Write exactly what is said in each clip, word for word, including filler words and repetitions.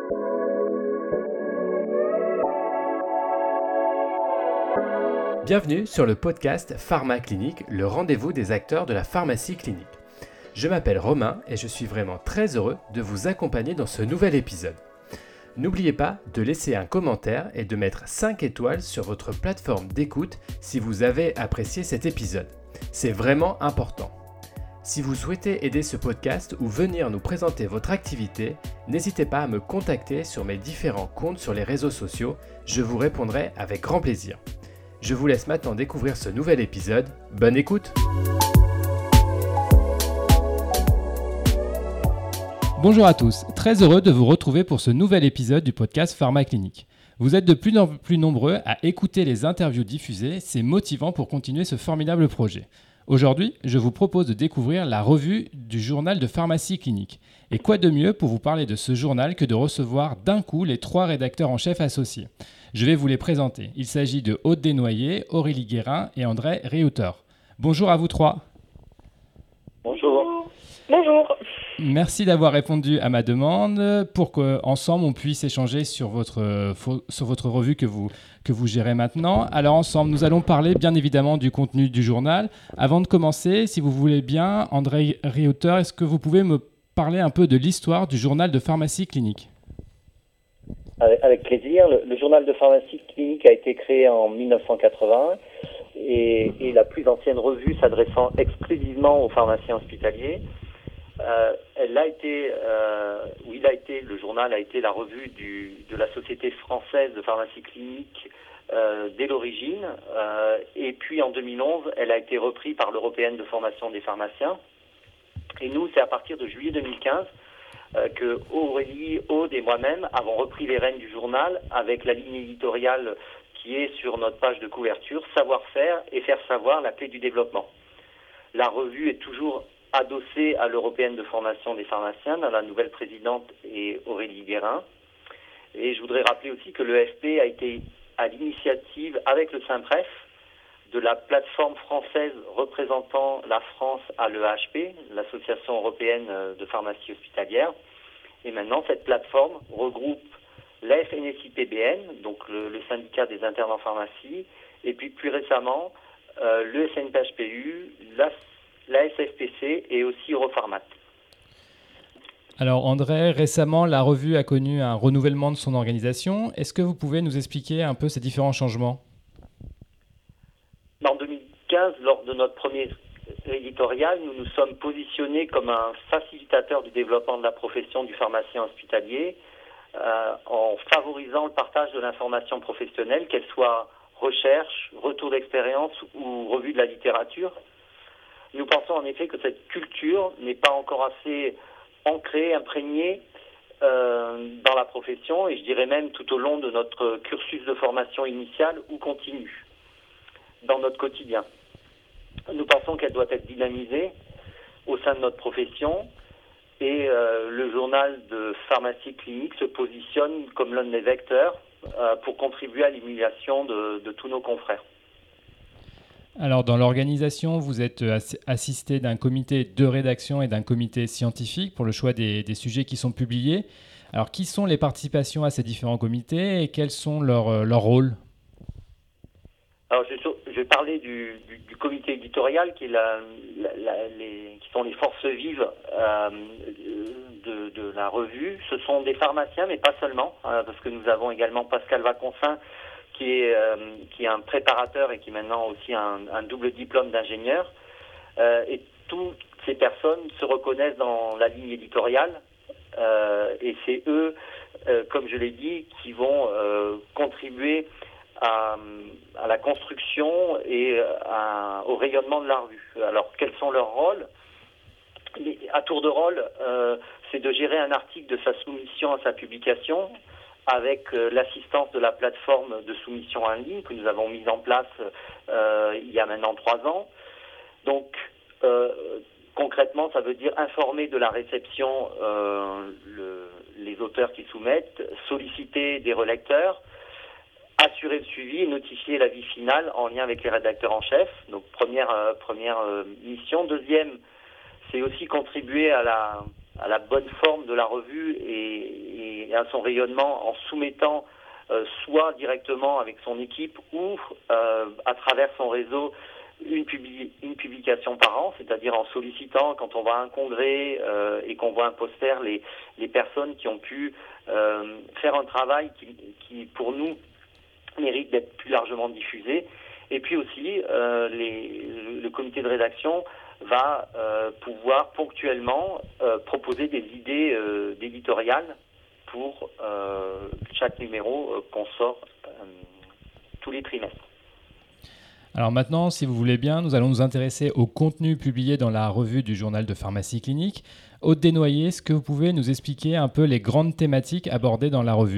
Bienvenue sur le podcast Pharma Clinique, le rendez-vous des acteurs de la pharmacie clinique. Je m'appelle Romain et je suis vraiment très heureux de vous accompagner dans ce nouvel épisode. N'oubliez pas de laisser un commentaire et de mettre cinq étoiles sur votre plateforme d'écoute si vous avez apprécié cet épisode. C'est vraiment important. Si vous souhaitez aider ce podcast ou venir nous présenter votre activité, n'hésitez pas à me contacter sur mes différents comptes sur les réseaux sociaux, je vous répondrai avec grand plaisir. Je vous laisse maintenant découvrir ce nouvel épisode. Bonne écoute! Bonjour à tous, très heureux de vous retrouver pour ce nouvel épisode du podcast Pharma Clinique. Vous êtes de plus en plus nombreux à écouter les interviews diffusées, c'est motivant pour continuer ce formidable projet. Aujourd'hui, je vous propose de découvrir la revue du journal de pharmacie clinique. Et quoi de mieux pour vous parler de ce journal que de recevoir d'un coup les trois rédacteurs en chef associés. Je vais vous les présenter. Il s'agit de Aude Desnoyers, Aurélie Guérin et André Réauteur. Bonjour à vous trois. Bonjour. Bonjour. Merci d'avoir répondu à ma demande pour qu'ensemble on puisse échanger sur votre, sur votre revue que vous, que vous gérez maintenant. Alors ensemble, nous allons parler bien évidemment du contenu du journal. Avant de commencer, si vous voulez bien, André Réauteur, est-ce que vous pouvez me parler un peu de l'histoire du journal de pharmacie clinique ? Avec, avec plaisir. Le, le journal de pharmacie clinique a été créé en dix-neuf cent quatre-vingts et, et la plus ancienne revue s'adressant exclusivement aux pharmaciens hospitaliers. Euh, elle a été, euh, où il a été, le journal a été la revue du, de la Société française de pharmacie clinique euh, dès l'origine. Euh, et puis en deux mille onze, elle a été reprise par l'Européenne de formation des pharmaciens. Et nous, c'est à partir de juillet deux mille quinze euh, que Aurélie, Aude et moi-même avons repris les rênes du journal avec la ligne éditoriale qui est sur notre page de couverture, savoir-faire et faire savoir la clé du développement. La revue est toujours adossée à l'Européenne de formation des pharmaciens, dont la nouvelle présidente est Aurélie Guérin. Et je voudrais rappeler aussi que l'E F P a été à l'initiative avec le SIMPREF de la plateforme française représentant la France à l'E H P, l'Association européenne de pharmacie hospitalière. Et maintenant, cette plateforme regroupe la F N S I P B N, donc le, le syndicat des internes en pharmacie, et puis plus récemment, euh, le S N P H P U, la la S F P C et aussi Europharmat. Alors André, récemment, la revue a connu un renouvellement de son organisation. Est-ce que vous pouvez nous expliquer un peu ces différents changements ? En deux mille quinze, lors de notre premier éditorial, nous nous sommes positionnés comme un facilitateur du développement de la profession du pharmacien hospitalier euh, en favorisant le partage de l'information professionnelle, qu'elle soit recherche, retour d'expérience ou revue de la littérature. Nous pensons en effet que cette culture n'est pas encore assez ancrée, imprégnée euh, dans la profession et je dirais même tout au long de notre cursus de formation initiale ou continue, dans notre quotidien. Nous pensons qu'elle doit être dynamisée au sein de notre profession et euh, le journal de pharmacie clinique se positionne comme l'un des vecteurs euh, pour contribuer à l'émulation de, de tous nos confrères. Alors, dans l'organisation, vous êtes assisté d'un comité de rédaction et d'un comité scientifique pour le choix des, des sujets qui sont publiés. Alors, qui sont les participations à ces différents comités et quels sont leurs, leurs rôles ? Alors, je, je vais parler du, du, du comité éditorial qui, est la, la, la, les, qui sont les forces vives euh, de, de la revue. Ce sont des pharmaciens, mais pas seulement, euh, parce que nous avons également Pascal Vaconsin, qui est, euh, qui est un préparateur et qui est maintenant aussi un, un double diplôme d'ingénieur. Euh, et toutes ces personnes se reconnaissent dans la ligne éditoriale euh, et c'est eux, euh, comme je l'ai dit, qui vont euh, contribuer à, à la construction et à, au rayonnement de la revue. Alors, quels sont leurs rôles ? À tour de rôle, euh, c'est de gérer un article de sa soumission à sa publication, avec euh, l'assistance de la plateforme de soumission en ligne que nous avons mise en place euh, il y a maintenant trois ans. Donc, euh, concrètement, ça veut dire informer de la réception euh, le, les auteurs qui soumettent, solliciter des relecteurs, assurer le suivi et notifier l'avis final en lien avec les rédacteurs en chef. Donc, première, euh, première euh, mission. Deuxième, c'est aussi contribuer à la, à la bonne forme de la revue et, et à son rayonnement en soumettant euh, soit directement avec son équipe ou euh, à travers son réseau une, publi- une publication par an, c'est-à-dire en sollicitant, quand on va à un congrès euh, et qu'on voit un poster, les, les personnes qui ont pu euh, faire un travail qui, qui, pour nous, mérite d'être plus largement diffusé. Et puis aussi, euh, les, le, le comité de rédaction va euh, pouvoir ponctuellement euh, proposer des idées euh, d'éditorial pour euh, chaque numéro euh, qu'on sort euh, tous les trimestres. Alors maintenant, si vous voulez bien, nous allons nous intéresser au contenu publié dans la revue du journal de pharmacie clinique. Aude Desnoyers, est-ce que vous pouvez nous expliquer un peu les grandes thématiques abordées dans la revue ?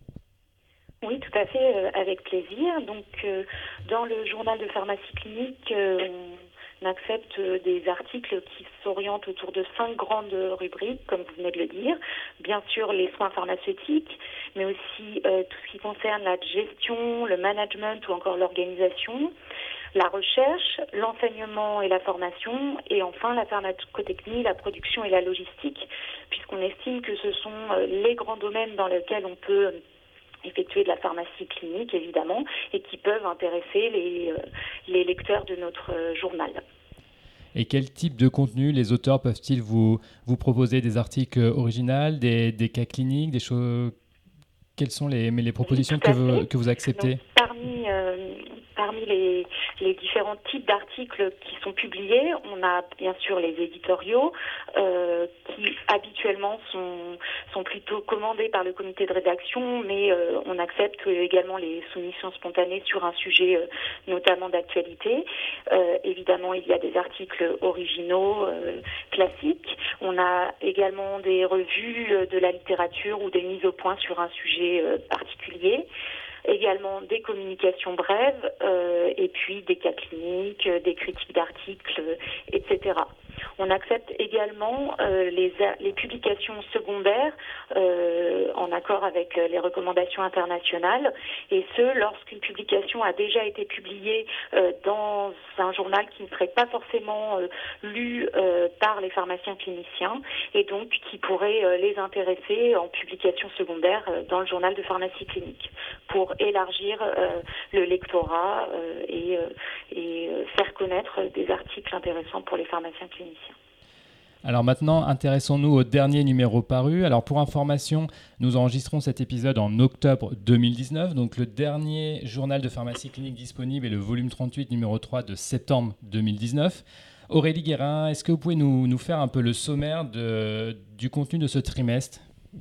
Oui, tout à fait, euh, avec plaisir. Donc, euh, dans le journal de pharmacie clinique, euh, on accepte euh, des articles qui s'orientent autour de cinq grandes rubriques, comme vous venez de le dire. Bien sûr, les soins pharmaceutiques, mais aussi euh, tout ce qui concerne la gestion, le management ou encore l'organisation, la recherche, l'enseignement et la formation, et enfin la pharmacotechnie, la production et la logistique, puisqu'on estime que ce sont euh, les grands domaines dans lesquels on peut effectuer de la pharmacie clinique, évidemment, et qui peuvent intéresser les, euh, les lecteurs de notre euh, journal. Et quel type de contenu les auteurs peuvent-ils vous, vous proposer ? Des articles originaux, des, des cas cliniques, des choses... Quelles sont les, mais les propositions Oui, que, vous, que vous acceptez ? Donc, parmi, euh, parmi les, les différents types d'articles qui sont publiés, on a bien sûr les éditoriaux euh, qui habituellement sont, sont plutôt commandés par le comité de rédaction, mais euh, on accepte également les soumissions spontanées sur un sujet euh, notamment d'actualité. Euh, évidemment, il y a des articles originaux, euh, classiques. On a également des revues de la littérature ou des mises au point sur un sujet particulier, également des communications brèves euh, et puis des cas cliniques, des critiques d'articles, et cetera. On accepte également euh, les, les publications secondaires euh, en accord avec les recommandations internationales, et ce, lorsqu'une publication a déjà été publiée euh, dans un journal qui ne serait pas forcément euh, lu euh, par les pharmaciens cliniciens, et donc qui pourrait euh, les intéresser en publication secondaire euh, dans le journal de pharmacie clinique, pour élargir euh, le lectorat euh, et, euh, et euh, faire connaître des articles intéressants pour les pharmaciens cliniciens. Alors maintenant, intéressons-nous au dernier numéro paru. Alors pour information, nous enregistrons cet épisode en octobre deux mille dix-neuf. Donc le dernier journal de pharmacie clinique disponible est le volume trente-huit, numéro trois de septembre deux mille dix-neuf. Aurélie Guérin, est-ce que vous pouvez nous, nous faire un peu le sommaire de, du contenu de ce trimestre ?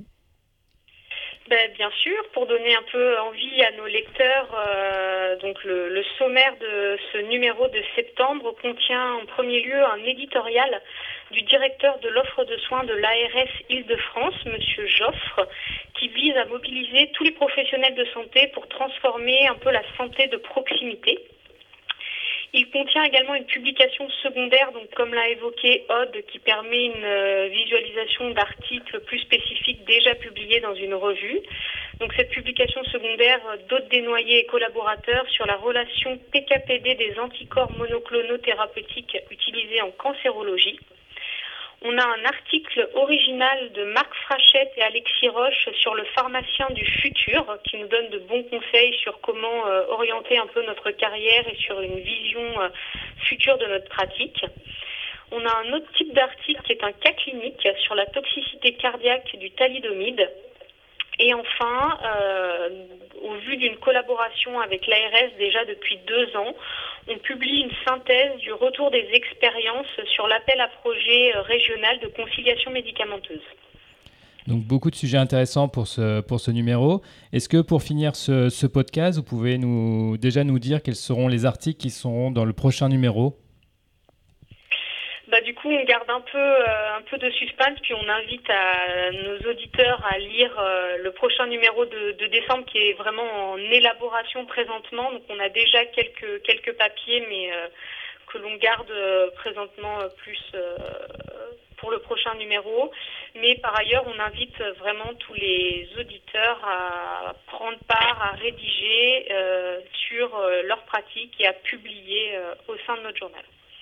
Ben, bien sûr, pour donner un peu envie à nos lecteurs, euh, donc le, le sommaire de ce numéro de septembre contient en premier lieu un éditorial du directeur de l'offre de soins de l'A R S Île-de-France, Monsieur Joffre, qui vise à mobiliser tous les professionnels de santé pour transformer un peu la santé de proximité. Il contient également une publication secondaire, donc comme l'a évoqué Aude, qui permet une euh, visualisation d'articles plus spécifiques déjà publiés dans une revue. Donc cette publication secondaire d'Aude Desnoyers et collaborateurs sur la relation P K P D des anticorps monoclonaux thérapeutiques utilisés en cancérologie. On a un article original de Marc Frachette et Alexis Roche sur le pharmacien du futur, qui nous donne de bons conseils sur comment euh, orienter un peu notre carrière et sur une vision euh, future de notre pratique. On a un autre type d'article qui est un cas clinique sur la toxicité cardiaque du thalidomide. Et enfin, euh, au vu d'une collaboration avec l'A R S déjà depuis deux ans, on publie une synthèse du retour des expériences sur l'appel à projet régional de conciliation médicamenteuse. Donc beaucoup de sujets intéressants pour ce, pour ce numéro. Est-ce que pour finir ce, ce podcast, vous pouvez nous, déjà nous dire quels seront les articles qui seront dans le prochain numéro ? Bah, du coup, on garde un peu, euh, un peu de suspense, puis on invite à nos auditeurs à lire euh, le prochain numéro de, de décembre qui est vraiment en élaboration présentement. Donc, on a déjà quelques, quelques papiers, mais euh, que l'on garde euh, présentement euh, plus euh, pour le prochain numéro. Mais par ailleurs, on invite vraiment tous les auditeurs à prendre part, à rédiger euh, sur euh, leurs pratiques et à publier euh, au sein de notre journal.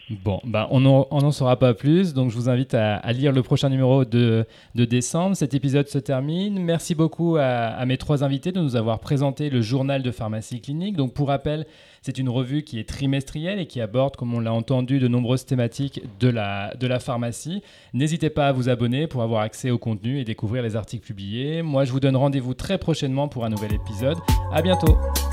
Bon, bah on n'en saura pas plus, donc je vous invite à, à lire le prochain numéro de, de décembre. Cet épisode se termine. Merci beaucoup à, à mes trois invités de nous avoir présenté le journal de pharmacie clinique. Donc pour rappel, c'est une revue qui est trimestrielle et qui aborde, comme on l'a entendu, de nombreuses thématiques de la, de la pharmacie. N'hésitez pas à vous abonner pour avoir accès au contenu et découvrir les articles publiés. Moi, je vous donne rendez-vous très prochainement pour un nouvel épisode. À bientôt.